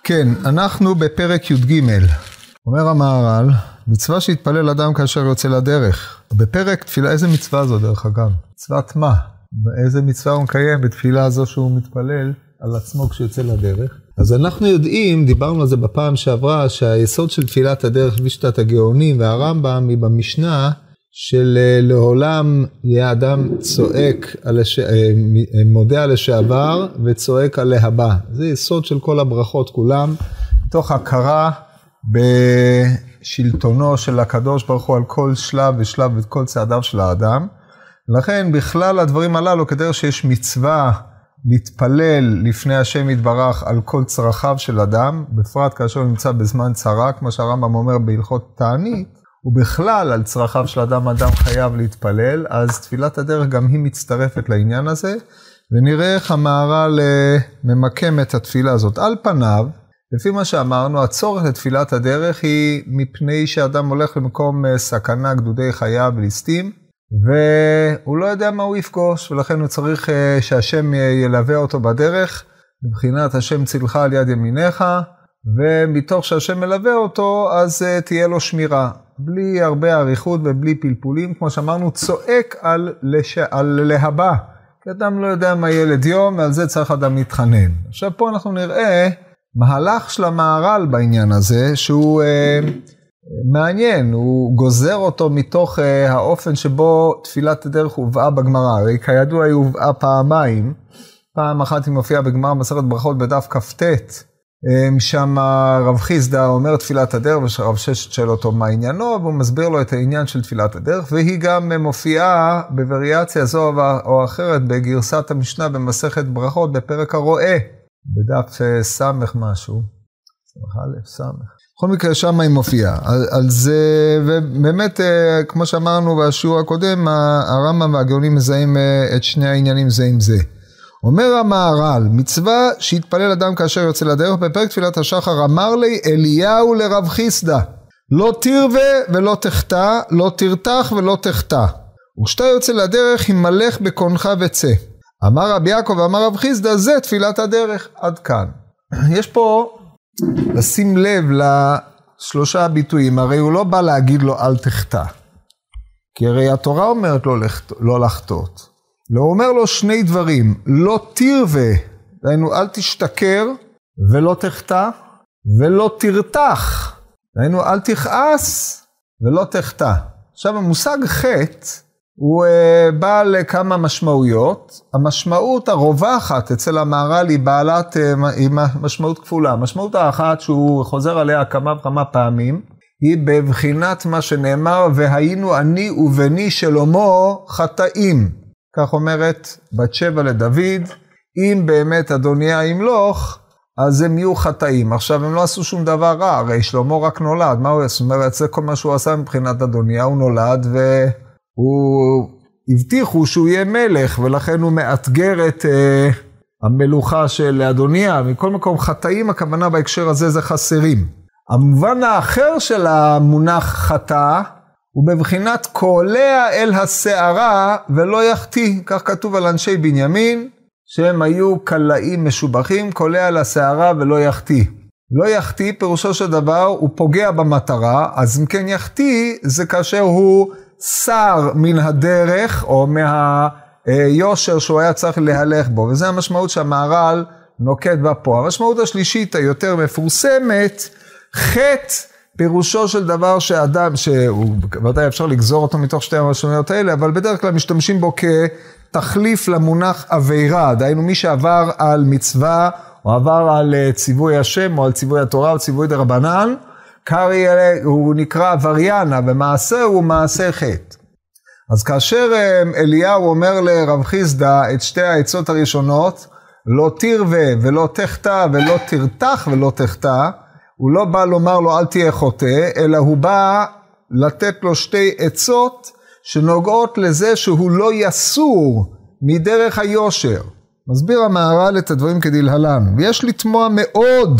כן, אנחנו בפרק י"ג. אומר המהר"ל, מצווה שהתפלל אדם כאשר יוצא לדרך. בפרק תפילה, איזה מצווה זו דרך אגב? מצוות מה? איזה מצווה הוא מקיים בתפילה הזו שהוא מתפלל על עצמו כשיוצא לדרך? אז אנחנו יודעים, דיברנו על זה בפעם שעברה, שהיסוד של תפילת הדרך בשיטת הגאונים והרמב"ם היא במשנה של לעולם יהיה אדם צועק, מודה על לשעבר וצועק על להבא. זה יסוד של כל הברכות כולם, תוך הכרה בשלטונו של הקדוש ברוך הוא על כל שלב ושלב וכל צעדיו של האדם. לכן בכלל הדברים הללו, כדרך שיש מצווה להתפלל לפני השם יתברך על כל צרכיו של אדם, בפרט כאשר הוא נמצא בזמן צרה, כמו שהרמב"ם אומר בהלכות תענית, ובכלל על צרכיו של אדם חייב להתפלל, אז תפילת הדרך גם היא מצטרפת לעניין הזה, ונראה איך המהר"ל ממקם את התפילה הזאת. על פניו, לפי מה שאמרנו, הצורך לתפילת הדרך היא מפני שאדם הולך למקום סכנה, גדודי חייו וליסטים, והוא לא יודע מה הוא יפגוש, ולכן הוא צריך שהשם ילווה אותו בדרך, מבחינת השם צילך על יד ימיניך, ומתוך שהשם מלווה אותו, אז תהיה לו שמירה. בלי הרבה עריכות ובלי פלפולים, כמו שאמרנו, צועק על להבא. כי אדם לא יודע מה ילד יום, ועל זה צריך אדם להתחנן. עכשיו פה אנחנו נראה מהלך של המהר"ל בעניין הזה, שהוא מעניין, הוא גוזר אותו מתוך האופן שבו תפילת הדרך הובאה בגמרא. הרי כידוע היא הובאה פעמיים, פעם אחת היא מופיעה בגמרא מסכת ברכות בדף כ"ט, שם רב חיסדא אומר תפילת הדרך, ורב ששת שואל אותו מה עניינו, והוא מסביר לו את העניין של תפילת הדרך, והיא גם מופיעה בווריאציה זו או אחרת בגרסת המשנה במסכת ברכות בפרק הרואה, בדף סמך משהו, סמך א' סמך. בכל מקרה שם היא מופיעה, על זה, ובאמת כמו שאמרנו בשיעור הקודם, הרמב"ם והגאונים מזהים את שני העניינים זה עם זה. אומר המהר"ל, מצווה שהתפלל אדם כאשר יוצא לדרך, בפרק תפילת השחר אמר לי אליהו לרב חיסדא, לא תרווה ולא תחטא, לא תרתח ולא תחטא, וכשאתה יוצא לדרך הימלך בקונך וצא. אמר רבי יעקב ואמר רב חיסדא, זה תפילת הדרך. עד כאן. יש פה לשים לב לשלושה ביטויים, הרי הוא לא בא להגיד לו אל תחטא, כי הרי התורה אומרת לא לחטות. לא, הוא אומר לו שני דברים, לא תרווה, דהיינו אל תשתכר, ולא תחטא, ולא תרתח, דהיינו אל תכעס, ולא תחטא. עכשיו המושג חטא, הוא בא לכמה משמעויות. המשמעות הרווחת אצל המהר"ל היא בעלת משמעות כפולה. המשמעות האחת שהוא חוזר עליה כמה וכמה פעמים, היא בבחינת מה שנאמר, והיינו אני ובני שלמה חטאים. כך אומרת בת שבע לדוד, אם באמת אדוניה ימלוך, אז הם יהיו חטאים. עכשיו הם לא עשו שום דבר רע, הרי שלמה רק נולד, מה הוא עשה? זאת אומרת, זה כל מה שהוא עשה מבחינת אדוניה, הוא נולד והוא הבטיחו שהוא יהיה מלך, ולכן הוא מאתגר את המלוכה של אדוניה. מכל מקום חטאים, הכוונה בהקשר הזה זה חסרים. המובן האחר של המונח חטא, הוא בבחינת קולע אל השערה ולא יחטיא, כך כתוב על אנשי בנימין, שהם היו קלעים משובחים, קולע אל השערה ולא יחטיא. לא יחטיא, פירושו של דבר, הוא פוגע במטרה, אז אם כן יחטיא, זה כאשר הוא שר מן הדרך, או מהיושר שהוא היה צריך להלך בו, וזה המשמעות שהמהר"ל נוקט בה פה. המשמעות השלישית היותר מפורסמת, חטא, פירושו של דבר שאדם, שהוא ודאי אפשר לגזור אותו מתוך שתי המשמעויות האלה, אבל בדרך כלל משתמשים בו כתחליף למונח עבירה, דהיינו מי שעבר על מצווה, או עבר על ציווי השם, או על ציווי התורה, או ציווי דרבנן, הוא נקרא עבריינה, ומעשה הוא מעשה חטא. אז כאשר אליהו אומר לרב חיסדא את שתי העצות הראשונות, לא תרווה ולא תחטא, ולא תרתח ולא תחטא, הוא לא בא לומר לו אל תהיה חוטא, אלא הוא בא לתת לו שתי עצות שנוגעות לזה שהוא לא יסור מדרך היושר. מסביר המהר"ל את הדברים כדלהלן, ויש לתמוה מאוד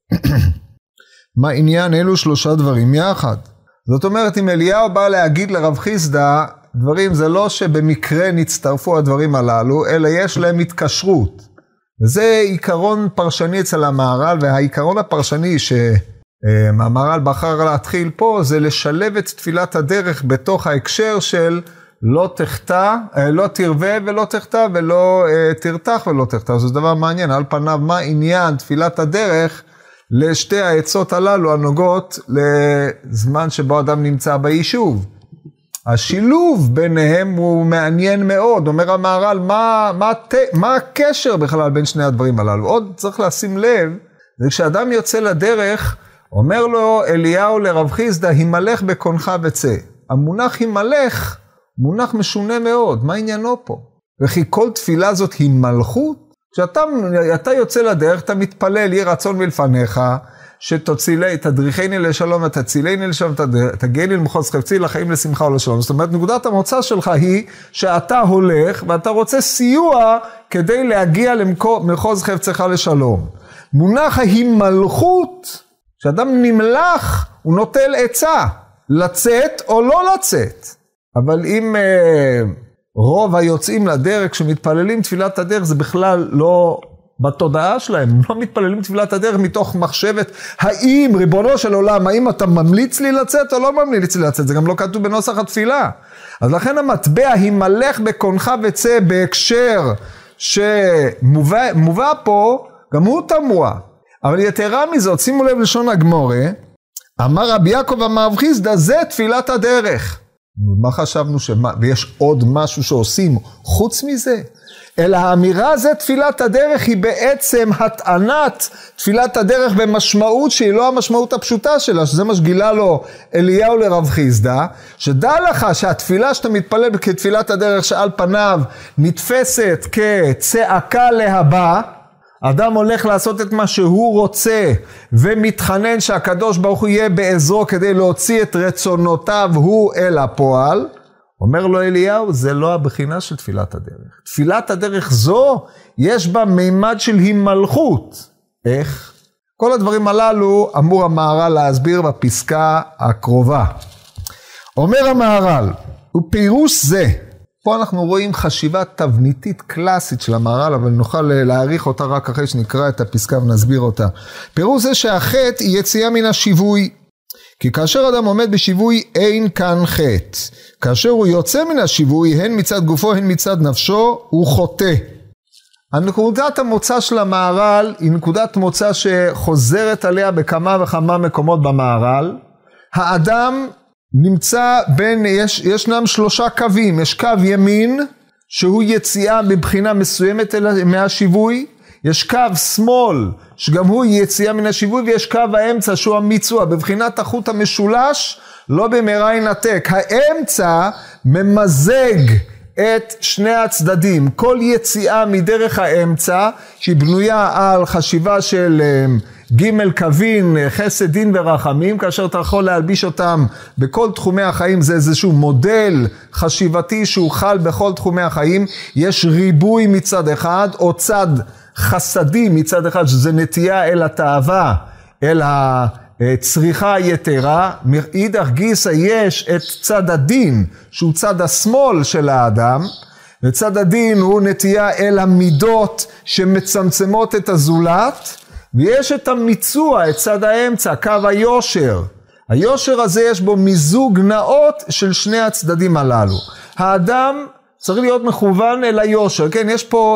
מה עניין אלו שלושה דברים יחד. זאת אומרת, אם אליהו בא להגיד לרב חיסדא דברים, זה לא שבמקרה נצטרפו הדברים הללו, אלא יש להם התקשרות. וזה עיקרון פרשני אצל המהר"ל, והעיקרון הפרשני שהמהר"ל בחר להתחיל פה, זה לשלב את תפילת הדרך בתוך ההקשר של לא תחטא, לא תרווה ולא תחטא, ולא תרתח ולא תחטא. זה דבר מעניין, על פניו מה עניין תפילת הדרך לשתי העצות הללו הנוגעות לזמן שבו אדם נמצא ביישוב. השילוב ביניהם הוא מעניין מאוד, אומר המהר"ל, מה הקשר בכלל בין שני הדברים הללו? עוד צריך לשים לב, זה כשאדם יוצא לדרך, אומר לו אליהו לרב חיסדא, הימלך בקונך וצא. המונח הימלך, מונח משונה מאוד, מה עניינו פה? וכי כל תפילה זאת היא מלכות? כשאתה יוצא לדרך, אתה מתפלל, יהי רצון מלפניך, תדריכני לשלום, תצילני לשלום, תגני למחוז חפצי לחיים לשמחה ולשלום. זאת אומרת, נקודת המוצא שלך היא שאתה הולך ואתה רוצה סיוע כדי להגיע למחוז חפצך לשלום. מונח ההימלכות, כשאדם נמלך, הוא נוטל עצה, לצאת או לא לצאת. אבל אם רוב היוצאים לדרך, כשמתפללים תפילת הדרך, זה בכלל לא בתודעה שלהם, הם לא מתפללים תפילת הדרך מתוך מחשבת, האם, ריבונו של עולם, האם אתה ממליץ לי לצאת או לא ממליץ לי לצאת? זה גם לא כתוב בנוסח התפילה. אז לכן המטבע הימלך בקונך וצא בהקשר שמובא פה, גם הוא תמוה. אבל יתרה מזאת, שימו לב לשון הגמורה, אמר רבי יעקב אמר רב חיסדא, זה תפילת הדרך. מה חשבנו ויש עוד משהו שעושים חוץ מזה? אלא האמירה זה תפילת הדרך היא בעצם הטענת תפילת הדרך במשמעות שהיא לא המשמעות הפשוטה שלה, שזה מה שגילה לו אליהו לרב חיסדא, שדע לך שהתפילה שאתה מתפלל כתפילת הדרך שעל פניו נתפסת כצעקה להבא, אדם הולך לעשות את מה שהוא רוצה ומתחנן שהקדוש ברוך הוא יהיה בעזרו כדי להוציא את רצונותיו הוא אל הפועל, אומר לו אליהו, זה לא הבחינה של תפילת הדרך. תפילת הדרך זו, יש בה מימד של הימלכות. איך? כל הדברים הללו אמור המהר"ל להסביר בפסקה הקרובה. אומר המהר"ל, ופירוש זה, פה אנחנו רואים חשיבה תבניתית קלאסית של המהר"ל, אבל נוכל להעריך אותה רק אחרי שנקרא את הפסקה ונסביר אותה. פירוש זה שהחטא היא יציאה מן השיווי. כי כאשר אדם עומד בשיווי אין כאן חטא. כאשר הוא יוצא מן השיווי, הן מצד גופו הן מצד נפשו, הוא חוטא. הנקודת המוצא של המהר"ל היא נקודת מוצא שחוזרת עליה בכמה וכמה מקומות במהר"ל. האדם נמצא ישנם שלושה קווים. יש קו ימין שהוא יציאה מבחינה מסוימת מהשיווי. יש קו שמאל שגם הוא יציאה מן השיווי, ויש קו האמצע שהוא המיצוע, בבחינת החוט המשולש, לא במהרה ינתק. האמצע ממזג את שני הצדדים. כל יציאה מדרך האמצע, שהיא בנויה על חשיבה של ג' קווין, חסד דין ורחמים, כאשר אתה יכול להלביש אותם בכל תחומי החיים, זה איזשהו מודל חשיבתי שהוא חל בכל תחומי החיים. יש ריבוי מצד אחד, או צד חסדי מצד אחד, שזה נטייה אל התאווה, אל הצריכה היתרה. מאידך גיסא יש את צד הדין, שהוא צד השמאל של האדם, וצד הדין הוא נטייה אל המידות שמצמצמות את הזולת, ויש את המיצוע, את צד האמצע, קו היושר. היושר הזה יש בו מיזוג נאות של שני הצדדים הללו. האדם צריך להיות מכוון אל היושר. כן, יש פה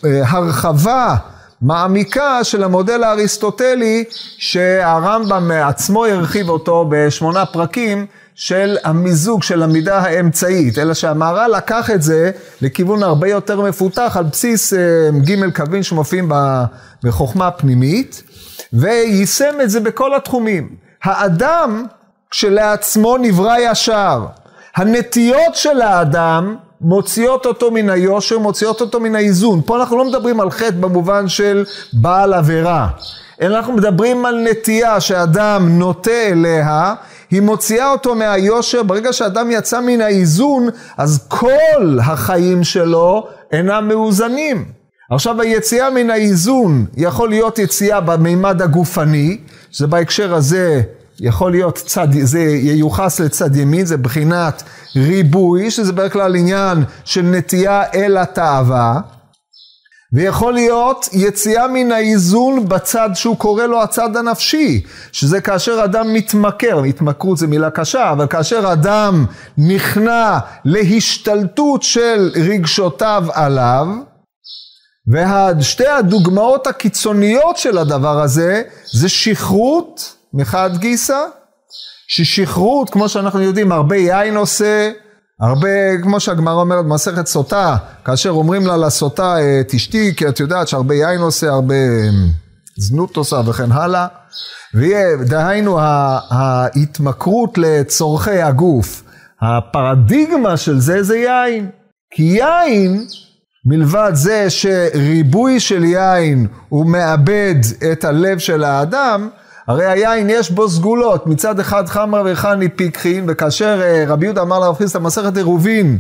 הרחבה מעמיקה של המודל האריסטוטלי, שהרמב"ם עצמו הרחיב אותו ב8 פרקים, של המיזוג של המידה האמצעית, אלא שהמהר"ל לקח את זה לכיוון הרבה יותר מפותח, על בסיס ג' קווין שמופיעים בחוכמה פנימית, ויישם את זה בכל התחומים. האדם כשלעצמו נברא ישר. הנטיות של האדם מוציאות אותו מן היושר, מוציאות אותו מן האיזון. פה אנחנו לא מדברים על חטא במובן של בעל עבירה, אלא אנחנו מדברים על נטייה שאדם נוטה אליה, היא מוציאה אותו מהיושר. ברגע שאדם יצא מן האיזון, אז כל החיים שלו אינם מאוזנים. עכשיו היציאה מן האיזון יכול להיות יציאה במימד הגופני, שזה בהקשר הזה יכול להיות צד, זה ייוחס לצד ימין, זה בחינת ריבוי, שזה בכלל עניין של נטייה אל התאווה. ויכול להיות יציאה מן האיזון בצד שהוא קורא לו הצד הנפשי, שזה כאשר אדם מתמכר, התמכרות זה מילה קשה, אבל כאשר אדם נכנע להשתלטות של רגשותיו עליו, ושתי הדוגמאות הקיצוניות של הדבר הזה, זה שכרות מחד גיסא, ששכרות, כמו שאנחנו יודעים, הרבה יין עושה, הרבה, כמו שהגמרא אומרת, מסכת סוטה, כאשר אומרים לה לסוטה, תשתי, כי את יודעת שהרבה יין עושה, הרבה זנות עושה וכן הלאה, ודהיינו ההתמכרות לצורכי הגוף, הפרדיגמה של זה יין, כי יין, מלבד זה שריבוי של יין הוא מאבד את הלב של האדם, הרי היין יש בו סגולות, מצד אחד חמרה וחני פיקחין, וכאשר רבי יהודה אמר לרב חיסדא במסכת עירובין,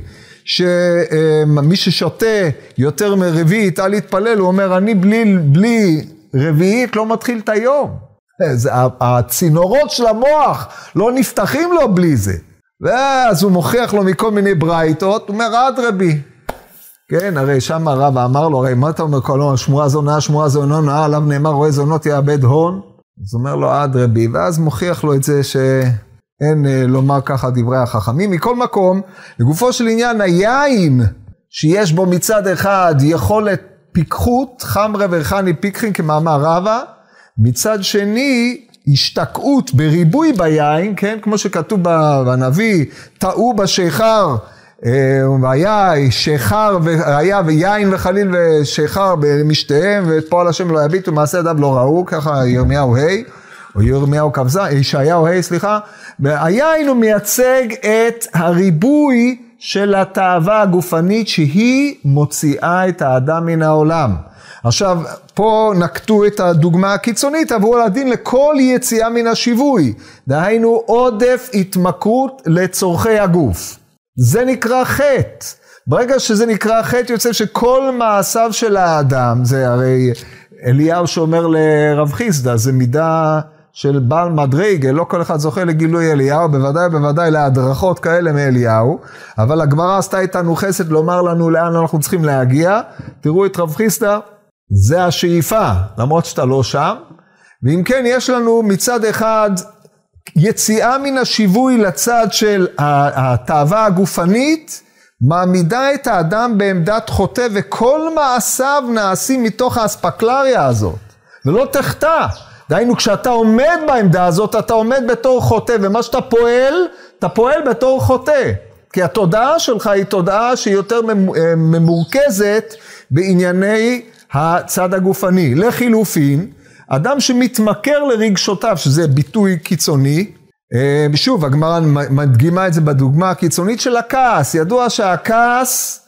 שמי ששותה יותר מרביעית אל יתפלל, הוא אומר אני בלי רביעית לא מתחיל את היום, הצינורות של המוח לא נפתחים לו בלי זה, ואז הוא מוכיח לו מכל מיני ברייתות, הוא אומר אדרבי, כן, הרי שם הרב אמר לו, הרי מה אתה אומר כל היום, שמועה זו נאה, שמועה זו אינו נאה, עליו נאמר, רואה זונות יאבד הון, אז אומר לו אדרבי, ואז מוכיח לו את זה שאין לומר ככה דברי החכמים. מכל מקום, לגופו של עניין, היין שיש בו מצד אחד יכולת פיקחות, חמרה וחני פיקחין כמאמר רבא, מצד שני, השתקעות בריבוי ביין, כן, כמו שכתוב בנביא, טעו בשיכר, והיה שיכר, והיה ויין וחליל ושיכר במשתיהם, ואת פועל השם לא יביטו, מעשה ידיו לא ראו, ככה ירמיהו או ירמיהו כ"ז, ישעיהו סליחה, והיין הוא מייצג את הריבוי של התאווה הגופנית, שהיא מוציאה את האדם מן העולם. עכשיו, פה נקטו את הדוגמה הקיצונית, עברו על הדין לכל יציאה מן השיווי, דהיינו עודף התמכרות לצורכי הגוף. זה נקרא חטא. ברגע שזה נקרא חטא יוצא שכל מעשיו של האדם, זה הרי אליהו שאומר לרב חיסדא, זה מידה של בעל מדרגה, לא כל אחד זוכה לגילוי אליהו, בוודאי להדרכות כאלה מאליהו, אבל הגמרא עשתה איתנו חסד לומר לנו לאן אנחנו צריכים להגיע, תראו את רב חיסדא, זה השאיפה, למרות שאתה לא שם, ואם כן יש לנו מצד אחד, יציאה מן השיווי לצד של התאווה הגופנית, מעמידה את האדם בעמדת חוטא, וכל מעשיו נעשים מתוך האספקלריה הזאת, ולא תחטא. דהיינו, כשאתה עומד בעמדה הזאת, אתה עומד בתור חוטא, ומה שאתה פועל, אתה פועל בתור חוטא. כי התודעה שלך היא תודעה שהיא יותר ממורכזת בענייני הצד הגופני. לחילופין, אדם שמתמכר לרגשותיו, שזה ביטוי קיצוני, שוב, הגמרא מדגימה את זה בדוגמה הקיצונית של הכעס. ידוע שהכעס,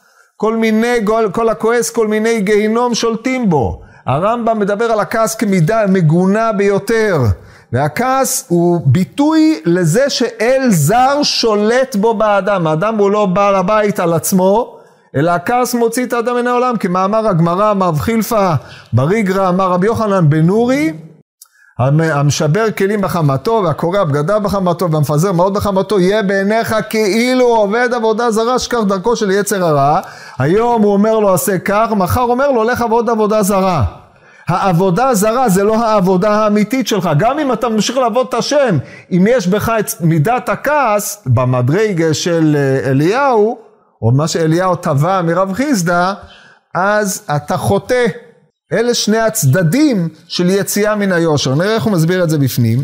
כל הכועס, כל מיני גיהינום שולטים בו. הרמב"ם מדבר על הכעס כמידה מגונה ביותר. והכעס הוא ביטוי לזה שאל זר שולט בו באדם. האדם הוא לא בעל הבית על עצמו, אלא הכעס מוציא את האדם מן העולם, כמאמר הגמרא, רב חילפא בריגרא, אמר רבי יוחנן בן נורי, המשבר כלים בחמתו, והקורע בגדיו בחמתו, והמפזר מאוד בחמתו, יהיה בעיניך כאילו עובד עבודה זרה, שכך דרכו של יצר הרע. היום הוא אומר לו עשה כך, מחר אומר לו לך עבוד עבודה זרה. העבודה זרה זה לא העבודה האמיתית שלך, גם אם אתה ממשיך לעבוד את השם, אם יש בך את מידת הכעס, במדרגה של אליהו, או מה שאליהו טבע מרב חיסדא, אז אתה חוטא. אלה שני הצדדים של יציאה מן היושר. נראה איך הוא מסביר את זה בפנים.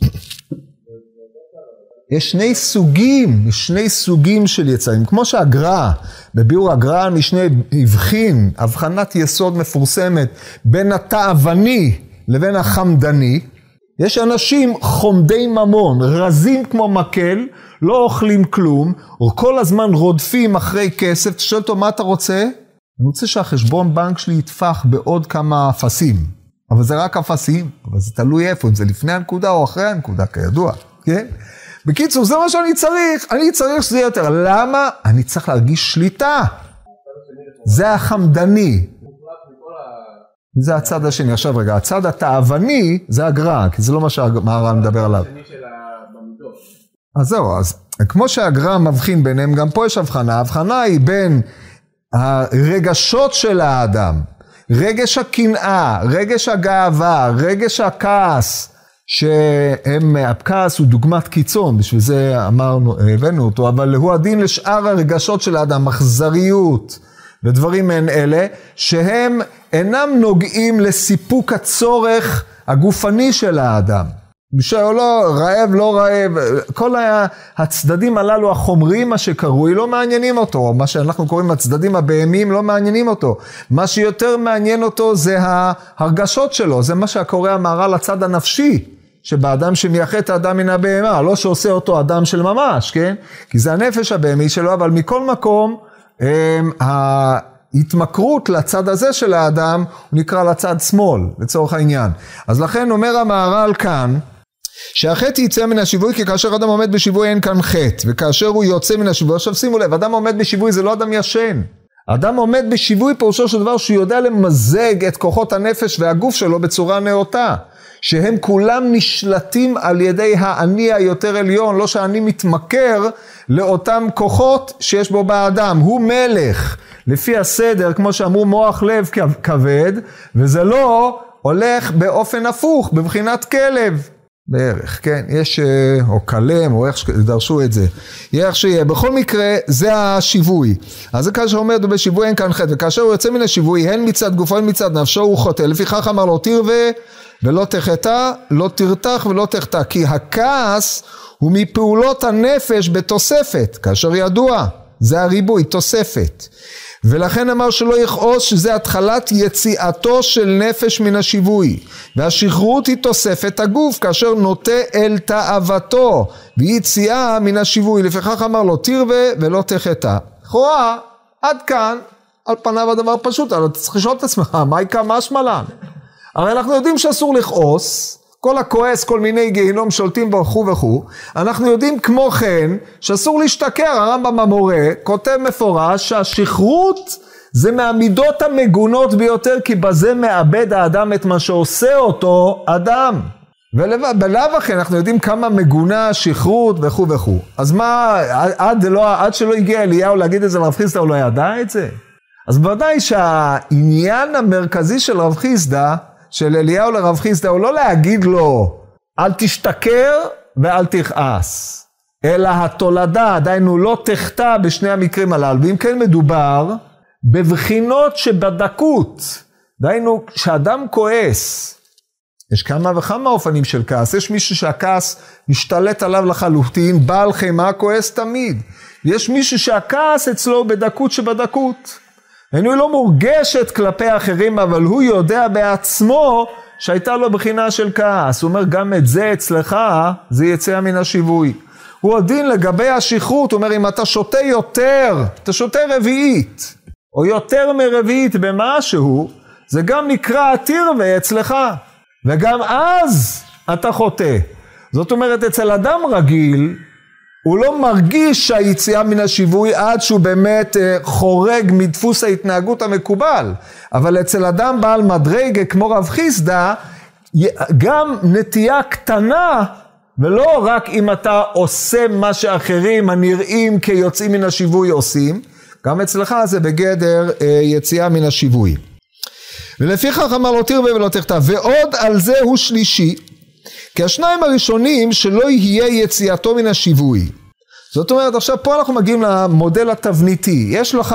יש שני סוגים של יצאים. כמו שהגר"א, בביאור הגר"א משנה הבחין, הבחנת יסוד מפורסמת, בין התאווני לבין החמדני. יש אנשים חומדי ממון, רזים כמו מקל, לא אוכלים כלום, או כל הזמן רודפים אחרי כסף. תשאל אותו מה אתה רוצה? אני רוצה שהחשבון בנק שלי יתפח בעוד כמה אפסים. אבל זה רק אפסים, אבל זה תלוי איפה, אם זה לפני הנקודה או אחרי הנקודה, כידוע. כן? בקיצור, זה מה שאני צריך. אני צריך שזה יותר. למה? אני צריך להרגיש שליטה. זה החמדני. זה הצד השני. עכשיו רגע, הצד התאווני זה הגר"א, כי זה לא מה שהמהר"ל מדבר עליו. אז זהו, אז כמו שהגר"א מבחין ביניהם, גם פה יש הבחנה. ההבחנה היא בין הרגשות של האדם, רגש הקנאה, רגש הגאווה, רגש הכעס, הכעס הוא דוגמת קיצון, בשביל זה הבאנו אותו, אבל הוא הדין לשאר הרגשות של האדם, אכזריות ודברים מעין אלה, שהם אינם נוגעים לסיפוק הצורך הגופני של האדם. לא רעב, לא רעב, כל הצדדים הללו החומריים, מה שקרוי, לא מעניינים אותו, מה שאנחנו קוראים הצדדים הבהמיים לא מעניינים אותו, מה שיותר מעניין אותו זה ההרגשות שלו, זה מה שהקורא המהר"ל לצד הנפשי, שבאדם שמייחד את האדם מן הבהמה, לא שעושה אותו אדם של ממש, כן? כי זה הנפש הבהמי שלו, אבל מכל מקום, ההתמכרות לצד הזה של האדם, הוא נקרא לצד שמאל, לצורך העניין. אז לכן אומר המהר"ל כאן, שהחטא יצא מן השיווי, כי כאשר אדם עומד בשיווי אין כאן חטא, וכאשר הוא יוצא מן השיווי, עכשיו שימו לב, אדם עומד בשיווי זה לא אדם ישן, אדם עומד בשיווי פירושו של דבר שהוא יודע למזג את כוחות הנפש והגוף שלו בצורה נאותה, שהם כולם נשלטים על ידי האני היותר עליון, לא שאני מתמכר לאותם כוחות שיש בו באדם, הוא מלך, לפי הסדר, כמו שאמרו מוח לב כבד, וזה לא הולך באופן הפוך, בבחינת כלב. בערך, כן, יש, או קלם, או איך שדרשו את זה. יהיה איך שיהיה. בכל מקרה, זה השיווי. אז זה כאשר עומד בשיווי אין כאן חטא, וכאשר הוא יוצא מן השיווי, הן מצד גופו, הן מצד נפשו, הוא חוטא. לפיכך אמר לו, תרווה ולא תחטא, לא תרתח ולא תחטא. כי הכעס הוא מפעולות הנפש בתוספת, כאשר ידוע, זה הריבוי, תוספת. ולכן אמר שלא יכעוס שזה התחלת יציאתו של נפש מן השיווי, והשחררות היא תוספת הגוף כאשר נוטה אל תאוותו והיא יציאה מן השיווי. לפיכך אמר לו תרווה ולא תחטא. לכאורה עד כאן על פניו הדבר פשוט, אבל אתה צריך לשאול את עצמך מה יקרה משמע לן? הרי אנחנו יודעים שאסור לכעוס, כל הכועס, כל מיני גיהינום שולטים בו וכו'. אנחנו יודעים כמו כן שאסור להשתכר, הרמב"ם המורה כותב מפורש שהשכרות זה מהמידות המגונות ביותר, כי בזה מאבד האדם את מה שעושה אותו אדם. ובלאו הכי אנחנו יודעים כמה מגונה השכרות וכו'. אז מה, עד שלא הגיע אליהו להגיד את זה לרב חיסדא הוא לא ידע את זה? אז בוודאי שהעניין המרכזי של רב חיסדא, של אליהו לרב חיסדא, הוא לא להגיד לו אל תשתכר ואל תכעס, אלא התולדה, דיינו לא תחטא בשני המקרים הללו, ואם כן מדובר בבחינות שבדקות, דיינו שאדם כועס, יש כמה וכמה אופנים של כעס, יש מישהו שהכעס משתלט עליו לחלוטין, בעל חמאה כועס תמיד, יש מישהו שהכעס אצלו בדקות שבדקות, היא לא מורגשת כלפי אחרים, אבל הוא יודע בעצמו שהייתה לו בחינה של כעס. הוא אומר, גם את זה אצלך, זה יצא מן השיווי. הוא הדין לגבי השכרות, הוא אומר, אם אתה שותה יותר, אתה שותה רביעית, או יותר מרביעית במשהו, זה גם נקרא תרווה אצלך, וגם אז אתה חוטא. זאת אומרת, אצל אדם רגיל, הוא לא מרגיש שהיציאה מן השיווי עד שהוא באמת חורג מדפוס ההתנהגות המקובל. אבל אצל אדם בעל מדרגה כמו רב חיסדא, גם נטייה קטנה, ולא רק אם אתה עושה מה שאחרים הנראים כיוצאים מן השיווי עושים, גם אצלך זה בגדר יציאה מן השיווי. ולפיכך אמר לו תרווה ולא תחטא, ועוד על זה הוא שלישי, כי השניים הראשונים שלא יהיה יציאתו מן השיווי. זאת אומרת, עכשיו פה אנחנו מגיעים למודל התבניתי. יש לך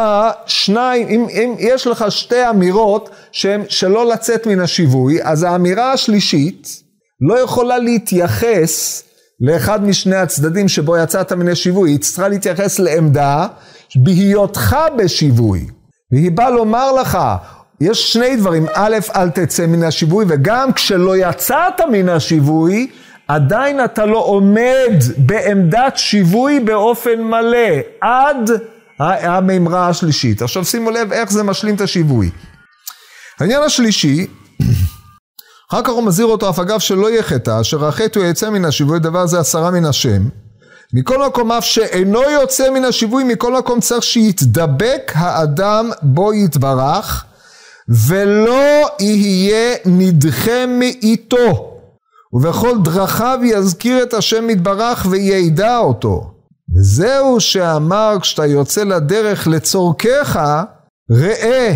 אם יש לך שתי אמירות שהן שלא לצאת מן השיווי, אז האמירה השלישית לא יכולה להתייחס לאחד משני הצדדים שבו יצאת מן השיווי. היא צריכה להתייחס לעמדה בהיותך בשיווי. והיא באה לומר לך, יש שני דברים, א', אל תצא מן השיווי, וגם כשלא יצאת מן השיווי, עדיין אתה לא עומד בעמדת שיווי באופן מלא, עד המאמרה השלישית. עכשיו שימו לב איך זה משלים את השיווי. העניין השלישי, אחר כך הוא מזהיר אותו אף אגב שלא יהיה חטא, אשר החטא הוא יצא מן השיווי, דבר זה הסרה מן השם. מכל מקום אף שאינו יוצא מן השיווי, מכל מקום צריך שיתדבק האדם בו יתברך, ולא יהיה נדחה מאיתו, ובכל דרכיו יזכיר את השם יתברך וידע אותו. וזהו שאמר כשאתה יוצא לדרך לצורכך, ראה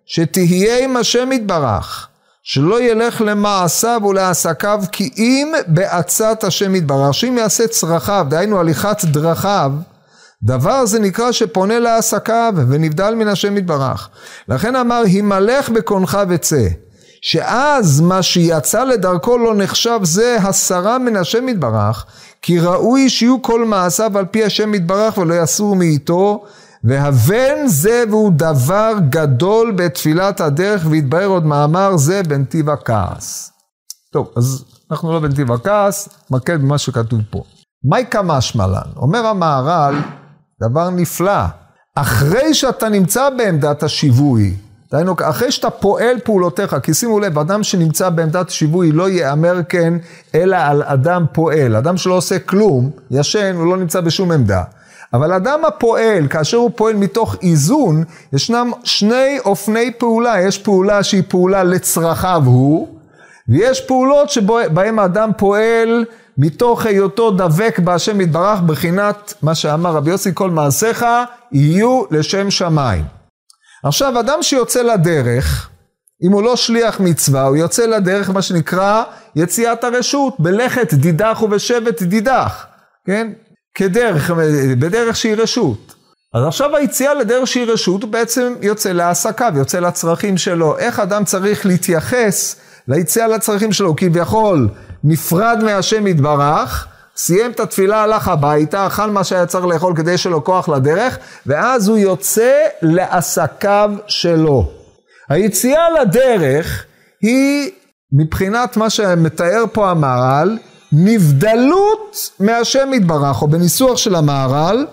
שתהיה עם השם יתברך, שלא ילך למעשיו ולעסקיו כי אם בעצת השם יתברך, שאם יעשה צרכיו, דהיינו הליכת דרכיו, דבר זה נקרא שפונה לעסקיו ונבדל מן השם יתברך. לכן אמר הימלך בקונך וצא, שאז מה שיצא לדרכו לא נחשב זה הסרה מן השם יתברך, כי ראוי שיהיו כל מעשיו על פי השם יתברך ולא יסור מאיתו, והבן זה והוא דבר גדול בתפילת הדרך, והתברר עוד מאמר זה בנתיב הכעס. טוב, אז אנחנו לא בנתיב הכעס, מתמקד במה שכתוב פה. מהי כמשמע לן? אומר המהר"ל דבר נפלא, אחרי שאתה נמצא בעמדת השיווי, דהיינו, אחרי שאתה פועל פעולותיך, כי שימו לב, אדם שנמצא בעמדת שיווי לא יאמר כן, אלא על אדם פועל. אדם שלא עושה כלום, ישן, הוא לא נמצא בשום עמדה. אבל אדם הפועל, כאשר הוא פועל מתוך איזון, ישנם שני אופני פעולה. יש פעולה שהיא פעולה לצרכיו הוא, ויש פעולות שבהם האדם פועל מתוך היותו דבק בהשם יתברך, בחינת מה שאמר רבי יוסי, כל מעשיך יהיו לשם שמיים. עכשיו, אדם שיוצא לדרך, אם הוא לא שליח מצווה, הוא יוצא לדרך מה שנקרא יציאת הרשות, בלכת דידך ובשבת דידך, כן? כדרך, בדרך שהיא רשות. אז עכשיו היציאה לדרך שהיא רשות, הוא בעצם יוצא לעסקיו, יוצא לצרכים שלו. איך אדם צריך להתייחס ליציאה לצרכים שלו? כביכול נפרד מהשם יתברך, סיים את התפילה, הלך הביתה, אכל מה שהיה צריך לאכול כדי שלו כוח לדרך, ואז הוא יוצא לעסקיו שלו. היציאה לדרך היא, מבחינת מה שמתאר פה המהר"ל, נבדלות מהשם יתברך, או בניסוח של המהר"ל,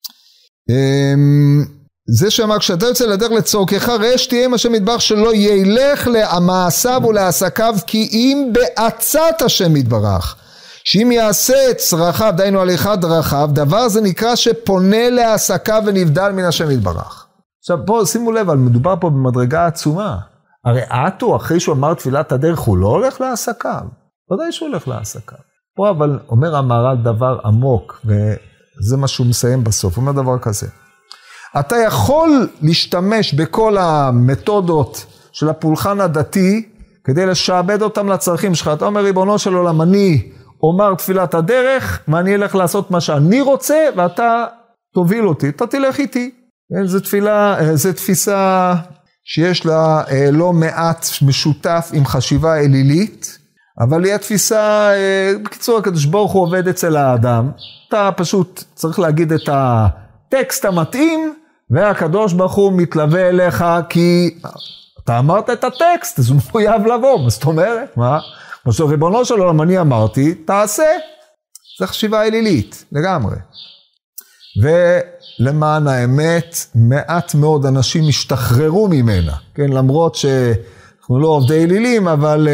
זה שאמר, כשאתה יוצא לדרך לצורכך, ראה שתהיה עם השם יתברך שלא ילך למעשיו ולעסקיו, כי אם בעצת השם יתברך, שאם יעשה את צרכיו, דהיינו הליכת דרכיו, דבר זה נקרא שפונה לעסקיו ונבדל מן השם יתברך. עכשיו פה שימו לב, מדובר פה במדרגה עצומה. הרי עטו, אחרי שהוא אמר תפילת הדרך, הוא לא הולך לעסקיו. ודאי שהוא הולך לעסקיו. פה אבל אומר המהר"ל דבר עמוק, וזה מה שהוא מסיים בסוף. הוא אומר דבר כזה. אתה יכול להשתמש בכל המתודות של הפולחן הדתי, כדי לשעבד אותם לצרכים שלך. אתה אומר, ריבונו של עולם, אני אומר תפילת הדרך, ואני אלך לעשות מה שאני רוצה, ואתה תוביל אותי, אתה תלך איתי. זו תפיסה שיש לה לא מעט משותף עם חשיבה אלילית, אבל היא התפיסה, בקיצור, הקדוש ברוך הוא עובד אצל האדם, אתה פשוט צריך להגיד את הטקסט המתאים, והקדוש ברוך הוא מתלווה אליך, כי אתה אמרת את הטקסט, אז הוא מחויב לבוא, מה זאת אומרת? מה? ריבונו של עולם, אני אמרתי, תעשה. זה חשיבה אלילית, לגמרי. ולמען האמת, מעט מאוד אנשים השתחררו ממנה, כן? למרות שאנחנו לא עובדי אלילים, אבל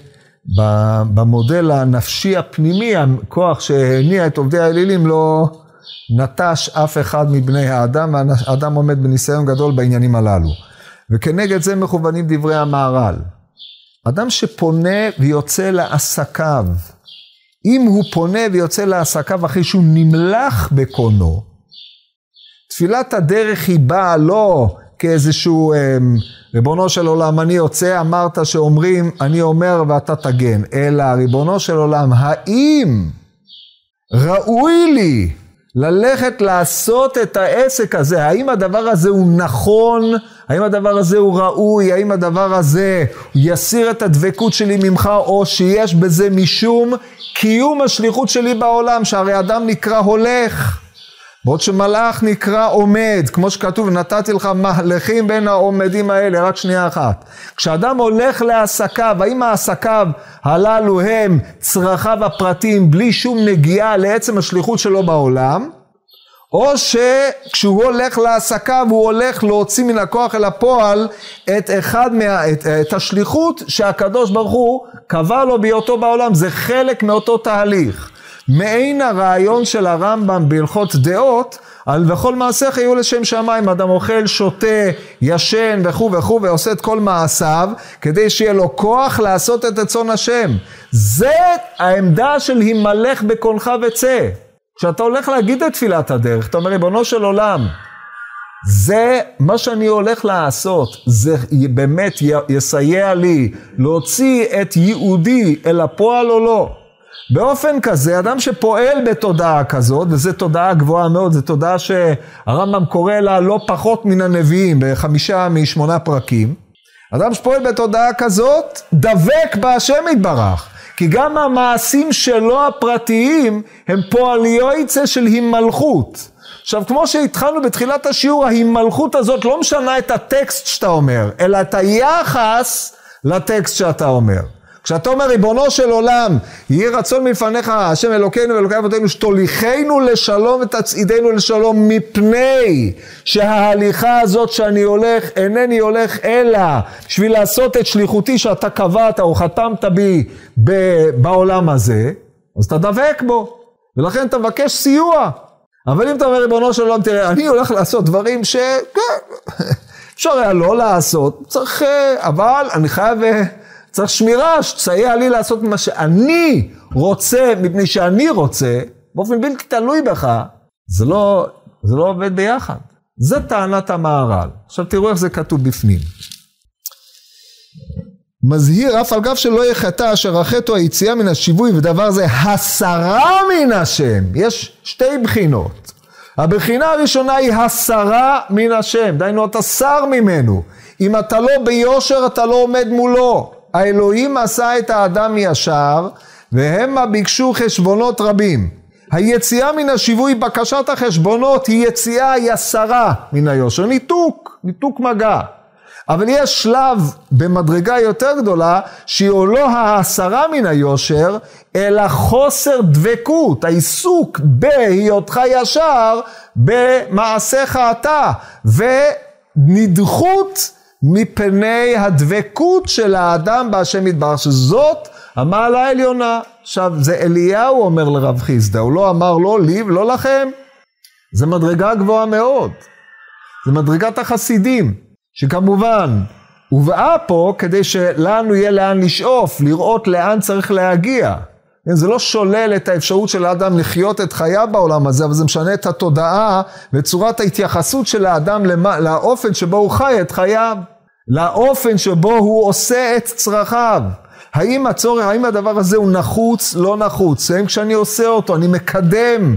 במודל הנפשי הפנימי, הכוח שהניע את עובדי האלילים לא נטש אף אחד מבני האדם, והאדם עומד בניסיון גדול בעניינים הללו. וכנגד זה מכוונים דברי המהר"ל. אדם שפונה ויוצא לעסקיו, אם הוא פונה ויוצא לעסקיו אחרי שהוא נמלח בקונו, תפילת הדרך היא באה לא כאיזשהו ריבונו של עולם, אני יוצא, אמרת שאומרים, אני אומר ואתה תגן, אלא ריבונו של עולם, האם ראוי לי ללכת לעשות את העסק הזה? האם הדבר הזה הוא נכון? האם הדבר הזה הוא ראוי? האם הדבר הזה יסיר את הדבקות שלי ממך, או שיש בזה משום קיום השליחות שלי בעולם, שהרי אדם נקרא הולך, בעוד שמלאך נקרא עומד, כמו שכתוב, נתתי לך מהלכים בין העומדים האלה, רק שנייה אחת. כשאדם הולך לעסקיו, האם העסקיו הללו הם צרכיו הפרטיים, בלי שום נגיעה לעצם השליחות שלו בעולם, או שכשהוא הולך לעסקיו, הוא הולך להוציא מן הכוח אל הפועל את השליחות שהקדוש ברוך הוא קבע לו בהיותו בעולם. זה חלק מאותו תהליך. מעין הרעיון של הרמב"ם בהלכות דעות, על וכל מעשיך יהיו לשם שמיים. אדם אוכל, שותה, ישן וכו' וכו', ועושה את כל מעשיו, כדי שיהיה לו כוח לעשות את רצון השם. זה העמדה של הימלך בקונך וצא. כשאתה הולך להגיד את תפילת הדרך, אתה אומר, ריבונו של עולם, זה מה שאני הולך לעשות, זה באמת יסייע לי להוציא את ייעודי אל הפועל או לא. באופן כזה, אדם שפועל בתודעה כזאת, וזו תודעה גבוהה מאוד, זו תודעה שהרמב"ם קורא לה לא פחות מן הנביאים, ב5 מ8 פרקים, אדם שפועל בתודעה כזאת, דבק בהשם יתברך, כי גם המעשים שלו הפרטיים, הם פועליוצא של הימלכות. עכשיו, כמו שהתחלנו בתחילת השיעור, ההימלכות הזאת לא משנה את הטקסט שאתה אומר, אלא את היחס לטקסט שאתה אומר. כשאתה אומר, ריבונו של עולם, יהי רצון מלפניך, השם אלוקינו ואלוקי אבותינו, שתוליכנו לשלום ותצעידנו לשלום, מפני שההליכה הזאת שאני הולך, אינני הולך אלא, בשביל לעשות את שליחותי שאתה קבעת או חתמת בי בעולם הזה, אז אתה דבק בו, ולכן אתה מבקש סיוע. אבל אם אתה אומר, ריבונו של עולם, תראה, אני הולך לעשות דברים אפשר היה לא לעשות, צריך, אבל אני חייב, צריך שמירה, שתסייע לי לעשות מה שאני רוצה, מפני שאני רוצה, באופן בלתי תלוי בך, זה לא עובד ביחד. זה טענת המהר"ל. עכשיו תראו איך זה כתוב בפנים. מזהיר אף על גב שלא יחטא אשר החטא היציאה מן השיווי, ודבר זה הסרה מן השם. יש שתי בחינות. הבחינה הראשונה היא הסרה מן השם, דיינו אתה שר ממנו. אם אתה לא ביושר אתה לא עומד מולו. האלוהים עשה את האדם ישר, והמה ביקשו חשבונות רבים. היציאה מן השיווי, בקשת החשבונות, היא יציאה, היא הסרה מן היושר. ניתוק מגע. אבל יש שלב במדרגה יותר גדולה, שהיא לא ההסרה מן היושר, אלא חוסר דבקות, העיסוק בהיותך ישר, במעשיך אתה, ונדחות מפני הדבקות של האדם בהשם יתברך, שזאת המעלה העליונה. עכשיו, זה אליהו אומר לרב חיסדא, הוא לא אמר לא לי ולא לכם. זה מדרגה גבוהה מאוד. זה מדרגת החסידים, שכמובן הובאה פה כדי שלנו יהיה לאן לשאוף, לראות לאן צריך להגיע. זה לא שולל את האפשרות של האדם לחיות את חייו בעולם הזה, אבל זה משנה את התודעה וצורת ההתייחסות של האדם לאופן שבו הוא חי את חייו, לאופן שבו הוא עושה את צרכיו. האם הדבר הזה הוא נחוץ, לא נחוץ? האם כשאני עושה אותו, אני מקדם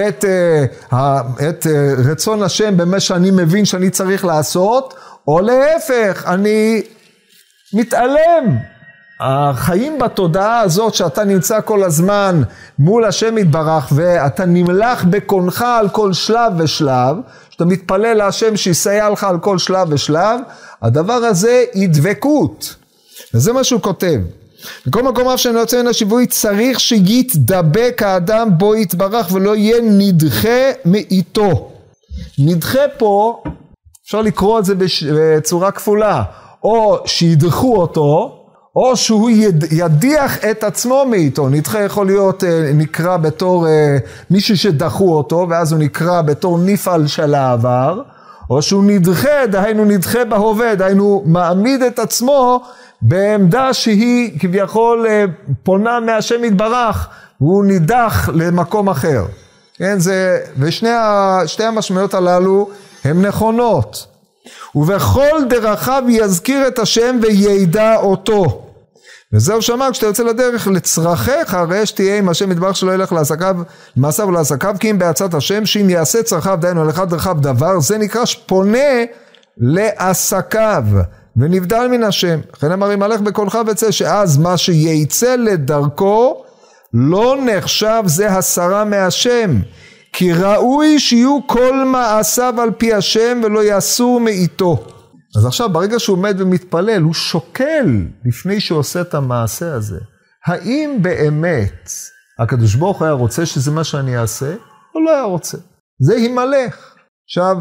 את רצון השם במה שאני מבין שאני צריך לעשות, או להפך, אני מתעלם. החיים בתודעה הזאת שאתה נמצא כל הזמן מול השם יתברך, ואתה נמלח בקונך על כל שלב ושלב, שאתה מתפלל להשם שיסייע לך על כל שלב ושלב, הדבר הזה היא דבקות. וזה מה שהוא כותב. בכל מקום אף שאני יוצא מן השיווי, צריך שיתדבק האדם בו יתברך, ולא יהיה נדחה מאיתו. נדחה פה, אפשר לקרוא את זה בצורה כפולה, או שידחו אותו, או שהוא ידיח את עצמו מאיתו. נדחה יכול להיות נקרא בתור מישהו שדחו אותו, ואז הוא נקרא בתור נפעל של העבר, או שהוא נדחה, דהיינו נדחה בהווה, דהיינו מעמיד את עצמו בעמדה שהיא כביכול פונה מהשם יתברך, והוא נידח למקום אחר. כן, ושתי המשמעויות הללו הן נכונות. ובכל דרכיו יזכיר את השם וידע אותו. וזהו שאמר, כשאתה יוצא לדרך לצרכיך, הרי שתהיה עם השם יתברך שלא ילך לעסקיו, מעשיו ולעסקיו, כי אם בעצת השם, שאם יעשה צרכיו, דיינו על אחד דרכיו דבר, זה נקרא שפונה לעסקיו, ונבדל מן השם. לכן אמר, אם הלך בקולך וצא, שאז מה שייצא לדרכו, לא נחשב זה הסרה מהשם, כי ראוי שיהיו כל מעשיו על פי השם ולא יעשו מאיתו. אז עכשיו ברגע שהוא עומד ומתפלל, הוא שוקל לפני שהוא עושה את המעשה הזה. האם באמת הקדוש ברוך הוא היה רוצה שזה מה שאני אעשה, או לא היה רוצה? זה הימלך. עכשיו,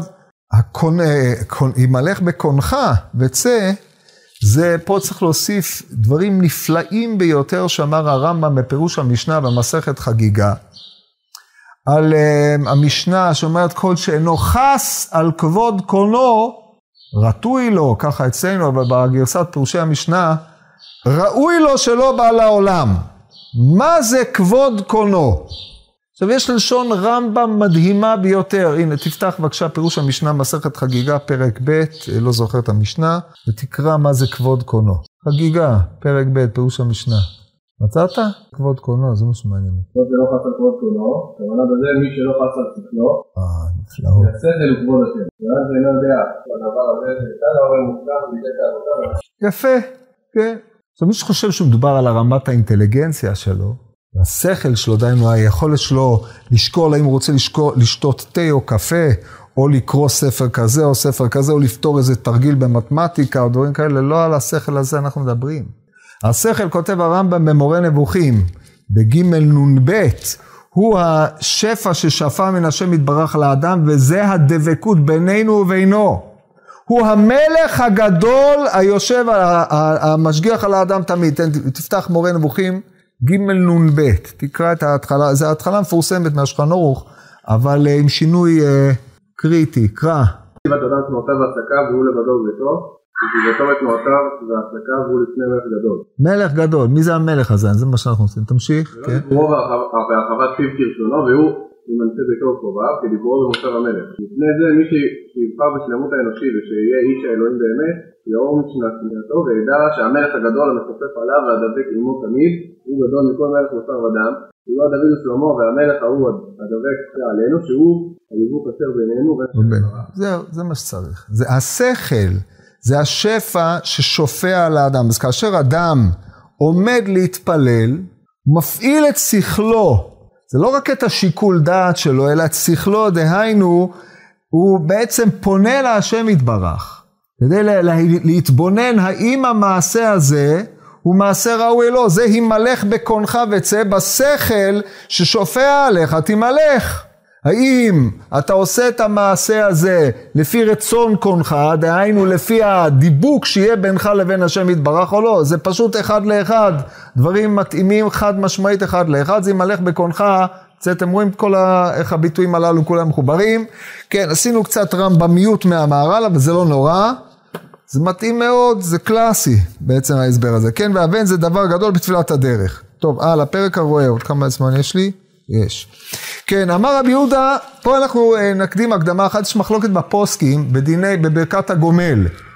הימלך בקונך וצא, זה פה צריך להוסיף דברים נפלאים ביותר שאמר הרמב"ם בפירוש המשנה במסכת חגיגה. על המשנה שאומרת כל שאינו חס על כבוד קונו, רטוי לו, ככה אצלנו, אבל בגרסת פירושי המשנה, ראוי לו שלא בא לעולם. מה זה כבוד קונו? עכשיו יש לשון רמב"ם מדהימה ביותר, הנה תפתח בבקשה פירוש המשנה מסכת חגיגה פרק ב', לא זוכר את המשנה, ותקרא מה זה כבוד קונו. חגיגה, פרק ב', פירוש המשנה. מצאת? כבוד קונו, זה מה שמעניין. כבוד זה לא חס על כבוד קונו, כמובן בזה מי שלא חס על שכלו, נפלאות. והשכל הוא כבוד השם. ואז זה לא יודע, הדבר הזה, זה לא מוכר, וזה כעבודה. יפה, כן. עכשיו מי שחושב שהוא מדובר על הרמת האינטליגנציה שלו, השכל שלו, דיינו, היכולת שלו לשקול, האם הוא רוצה לשתות תה או קפה, או לקרוא ספר כזה או ספר כזה, או לפתור איזה תרגיל במתמטיקה או דברים כאלה, לא על השכל הזה אנחנו מדברים. השכל, כותב הרמב"ם במורה נבוכים, בג' נ"ב, הוא השפע ששפע מן השם יתברך לאדם, וזה הדבקות בינינו ובינו. הוא המלך הגדול היושב, המשגיח על האדם תמיד. תפתח מורה נבוכים, ג' נ"ב, תקרא את ההתחלה, זה ההתחלה מפורסמת מהשולחן ערוך, אבל עם שינוי קריטי, קרא. אדם תנועותיו והצדקה והוא לבדו וביתו, ותנועותיו ותנועותיו והצדקה והוא לפני מלך גדול. מלך גדול, מי זה המלך הזה? זה מה שאנחנו עושים, תמשיך. ולא דיברו והרחבת פיו כרצונו, והוא ימנצה ביתו וקרוביו, כי דיברו במוסר המלך. לפני זה מי שיבחר בשלמות האנושי ושיהיה איש האלוהים באמת, יאור משנתו וידע שהמלך הגדול המחופף עליו והדבק עמו תמיד, הוא גדול מכל מלך מוסר ודם, הוא לא דוד ושלמה והמלך ההוא הדבק עלינו, שהוא היבוק אשר בינינו. זה מה שצריך. זה השכל, זה השפע ששופע על האדם. אז כאשר אדם עומד להתפלל, מפעיל את שכלו, זה לא רק את השיקול דעת שלו, אלא את שכלו, דהיינו, הוא בעצם פונה להשם יתברך, כדי להתבונן האם המעשה הזה הוא מעשה ראוי לו, זה הימלך בקונך וצא בשכל ששופע עליך, תימלך. האם אתה עושה את המעשה הזה לפי רצון קונך, דהיינו לפי הדיבוק שיהיה בינך לבין השם יתברך או לא, זה פשוט אחד לאחד, דברים מתאימים חד משמעית אחד לאחד, זה הימלך בקונך, אתם רואים כל איך הביטויים הללו כולם מחוברים, כן, עשינו קצת רמב"מיות מהמהר"ל, אבל זה לא נורא, זה מתאים מאוד, זה קלאסי בעצם ההסבר הזה, כן, והבן זה דבר גדול בתפילת הדרך. טוב, לפרק הרואה, עוד כמה זמן יש לי? יש. כן, אמר רבי יהודה, פה אנחנו נקדים הקדמה אחת, יש מחלוקת בפוסקים, בברכת הגומל.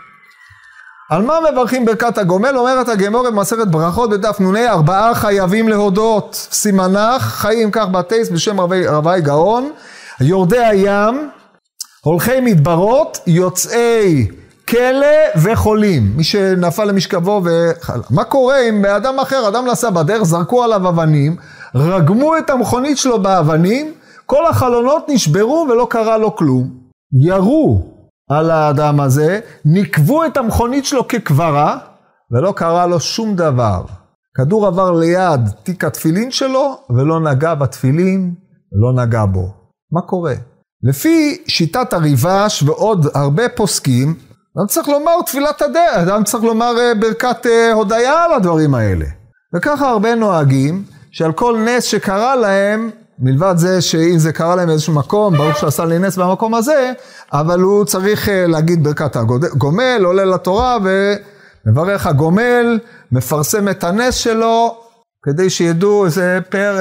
על מה מברכים ברכת הגומל? אומרת הגמרא במסכת ברכות בדף נ"ה, 4 חייבים להודות, סימנך, חיים כך בטייס בשם רבי גאון, יורדי הים, הולכי מדברות, יוצאי כלא וחולים, מי שנפל למשכבו וחלה. מה קורה אם באדם אחר, אדם נסע בדרך, זרקו עליו אבנים, רגמו את המכונית שלו באבנים, כל החלונות נשברו ולא קרה לו כלום. ירו על האדם הזה, נקבו את המכונית שלו כקברה, ולא קרה לו שום דבר. כדור עבר ליד תיק התפילין שלו, ולא נגע בתפילין, ולא נגע בו. מה קורה? לפי שיטת הריבש ועוד הרבה פוסקים, אדם צריך לומר תפילת הדרך, אדם צריך לומר ברכת הודיה על הדברים האלה. וככה הרבה נוהגים, שעל כל נס שקרה להם, מלבד זה שאם זה קרה להם איזשהו מקום, ברוך שעשה לי נס במקום הזה, אבל הוא צריך להגיד ברכת הגומל, עולה לתורה ומברך הגומל, מפרסם את הנס שלו, כדי שידעו איזה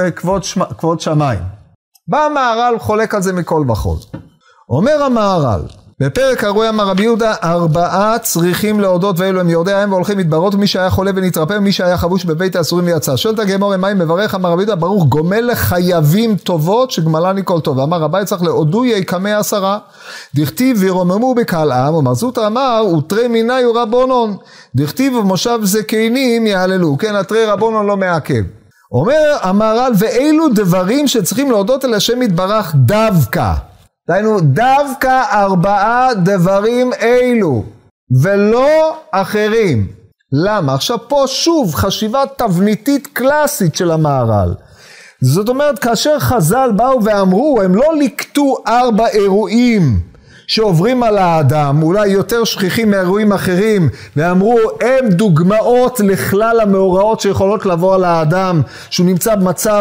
כבוד שמיים. בא המהר"ל חולק על זה מכל וכל. אומר המהר"ל, בפרק הרואה אמר רבי יהודה, 4 צריכים להודות ואלו הם יורדי הים והולכים מדברות, מי שהיה חולה ונתרפא, מי שהיה חבוש בבית האסורים ויצא. שואלת הגמרא, מה אם מברך? אמר רבי יהודה, ברוך גומל לחייבים טובות שגמלני כל טוב. אמר רבי צריך להודו יקמי 10. דכתיב וירוממו בקהל עם, ומר זוטרא אמר ותרי מיני רבונון. דכתיב ומושב זקנים יהללו. כן, התרי רבונון לא מעכב. אומר המהר"ל, ואילו דברים שצריכים להודות אל השם יתברך דווקא. דהיינו, דווקא 4 דברים אלו, ולא אחרים. למה? עכשיו פה שוב חשיבה תבניתית קלאסית של המהר"ל. זאת אומרת, כאשר חז"ל באו ואמרו, הם לא לקטו 4 אירועים שעוברים על האדם, אולי יותר שכיחים מאירועים אחרים, ואמרו, הם דוגמאות לכלל המאורעות שיכולות לבוא על האדם, שהוא נמצא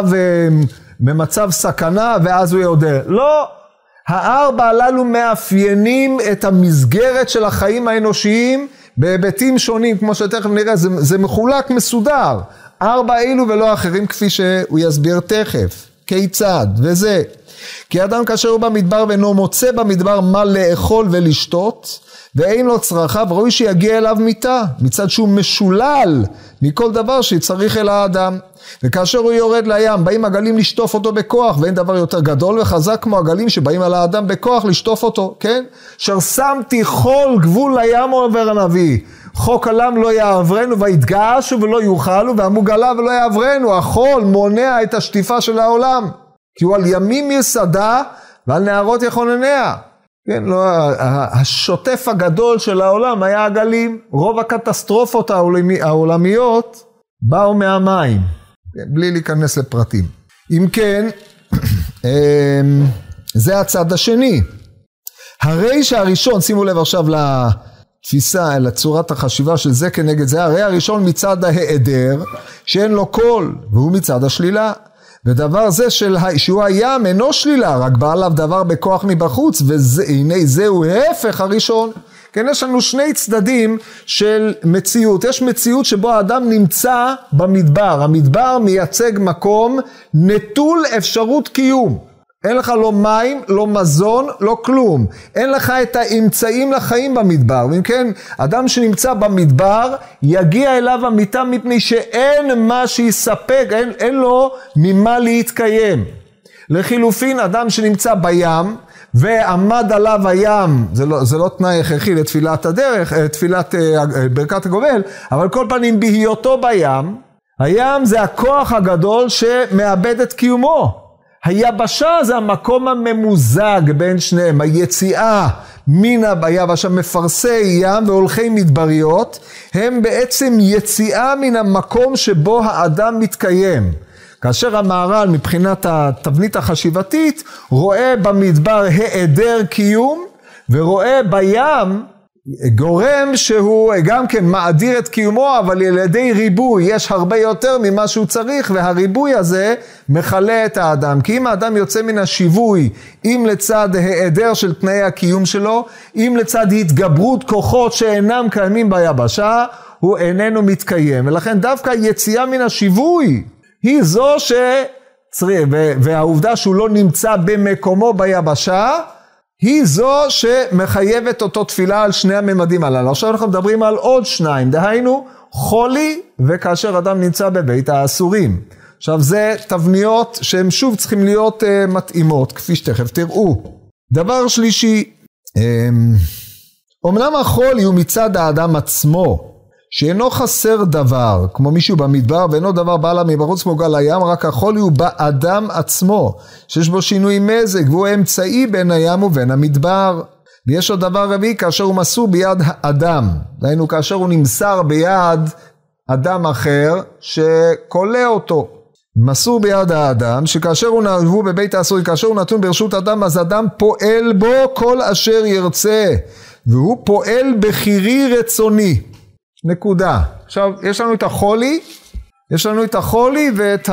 במצב סכנה, ואז הוא יודע. לא. 4 הללו מאפיינים את המסגרת של החיים האנושיים בהיבטים שונים, כמו שתכף נראה, זה מחולק מסודר. 4 אלו ולא אחרים כפי שהוא יסביר תכף. כיצד? וזה, כי אדם כאשר הוא במדבר ואינו מוצא במדבר מה לאכול ולשתות, ואין לו צרכיו, ראוי שיגיע אליו מיתה, מצד שהוא משולל מכל דבר שצריך אל האדם. וכאשר הוא יורד לים, באים הגלים לשטוף אותו בכוח, ואין דבר יותר גדול וחזק כמו הגלים שבאים על האדם בכוח לשטוף אותו, כן? אשר שמתי כל גבול לים, אומר הנביא, חוק עליו לא יעברנו, ויתגעשו ולא יוכלו, והמוגלה ולא יעברנו. החול מונע את השטיפה של העולם, כי הוא על ימים יסדה ועל נהרות יכונניה. כן, לא, השוטף הגדול של העולם היה הגלים. רוב הקטסטרופות העולמיות באו מהמים, בלי להיכנס לפרטים. אם כן, זה הצד השני. הרי שהראשון, שימו לב עכשיו לתפיסה, לצורת החשיבה של זה כנגד זה, הרי הראשון מצד ההיעדר, שאין לו קול, והוא מצד השלילה. ודבר זה שהוא הים אינו שלילה, רק בא עליו דבר בכוח מבחוץ, והנה זהו הפך הראשון. כן, יש לנו שני צדדים של מציאות. יש מציאות שבו האדם נמצא במדבר. המדבר מייצג מקום נטול אפשרות קיום. אין לך לא מים, לא מזון, לא כלום. אין לך את האמצעים לחיים במדבר. ואם כן, אדם שנמצא במדבר יגיע אליו המיטה מפני שאין מה שיספק, אין לו ממה להתקיים. לחילופין, אדם שנמצא בים ועמד עליו הים, זה לא תנאי הכרחי לתפילת הדרך, תפילת ברכת הגובל, אבל כל פעמים בהיותו בים, הים זה הכוח הגדול שמאבד את קיומו. היבשה זה המקום הממוזג בין שניהם, היציאה מן היבשה, מפרסי ים והולכי מדבריות, הם בעצם יציאה מן המקום שבו האדם מתקיים. כאשר המהר"ל מבחינת התבנית החשיבתית רואה במדבר היעדר קיום, ורואה בים גורם שהוא גם כן מאדיר את קיומו, אבל על ידי ריבוי יש הרבה יותר ממה שהוא צריך, והריבוי הזה מחלה את האדם. כי אם האדם יוצא מן השיווי, אם לצד היעדר של תנאי הקיום שלו, אם לצד התגברות כוחות שאינם קיימים ביבשה, הוא איננו מתקיים. ולכן דווקא יציאה מן השיווי היא זו והעובדה שהוא לא נמצא במקומו ביבשה, היא זו שמחייבת אותו תפילה על שני הממדים הללו. עכשיו אנחנו מדברים על עוד שניים, דהיינו חולי וכאשר אדם נמצא בבית האסורים. עכשיו זה תבניות שהן שוב צריכים להיות מתאימות, כפי שתכף תראו. דבר שלישי, אמנם החולי הוא מצד האדם עצמו, שאינו חסר דבר, כמו מישהו במדבר, ואינו דבר בא לה מבחוץ כמו גל הים, רק החולי הוא באדם עצמו, שיש בו שינוי מזג, והוא אמצעי בין הים ובין המדבר. ויש עוד דבר רביעי, כאשר הוא מסור ביד האדם, דהיינו כאשר הוא נמסר ביד אדם אחר, שקולה אותו. מסור ביד האדם, שכאשר הוא נעבו בבית האסורים, כאשר הוא נתון ברשות אדם, אז אדם פועל בו כל אשר ירצה, והוא פועל בחירי רצוני. נקודה. עכשיו, יש לנו את החולי ואת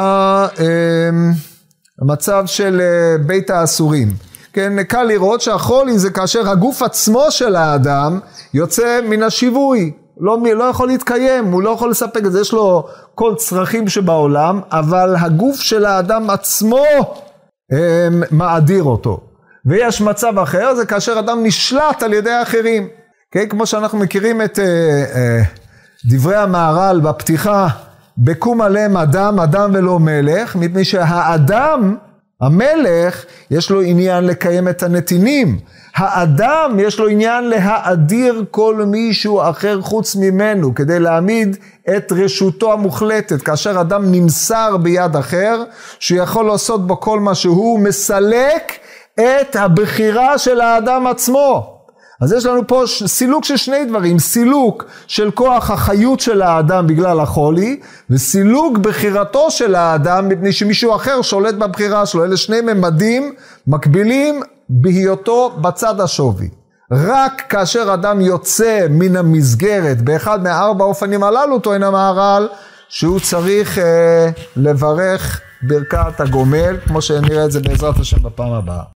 המצב של בית האסורים. כן, קל לראות שהחולי זה כאשר הגוף עצמו של האדם יוצא מן השיווי. לא יכול להתקיים, הוא לא יכול לספק את זה, יש לו כל צרכים שבעולם, אבל הגוף של האדם עצמו מאדיר אותו. ויש מצב אחר, זה כאשר אדם נשלט על ידי האחרים. כן, כמו שאנחנו מכירים את דברי המהר"ל בפתיחה, בקום עליהם אדם ולא מלך, מפני שהאדם, המלך, יש לו עניין לקיים את הנתינים. האדם יש לו עניין להאדיר כל מישהו אחר חוץ ממנו, כדי להעמיד את רשותו המוחלטת. כאשר אדם נמסר ביד אחר, שיכול לעשות בו כל מה שהוא, מסלק את הבחירה של האדם עצמו. אז יש לנו פה סילוק של שני דברים, סילוק של כוח החיות של האדם בגלל החולי, וסילוק בחירתו של האדם מפני שמישהו אחר שולט בבחירה שלו. אלה שני ממדים מקבילים בהיותו בצד השווי. רק כאשר אדם יוצא מן המסגרת באחד מהארבע האופנים הללו, טוען המהר"ל שהוא צריך לברך ברכת הגומל, כמו שנראה את זה בעזרת השם בפעם הבאה.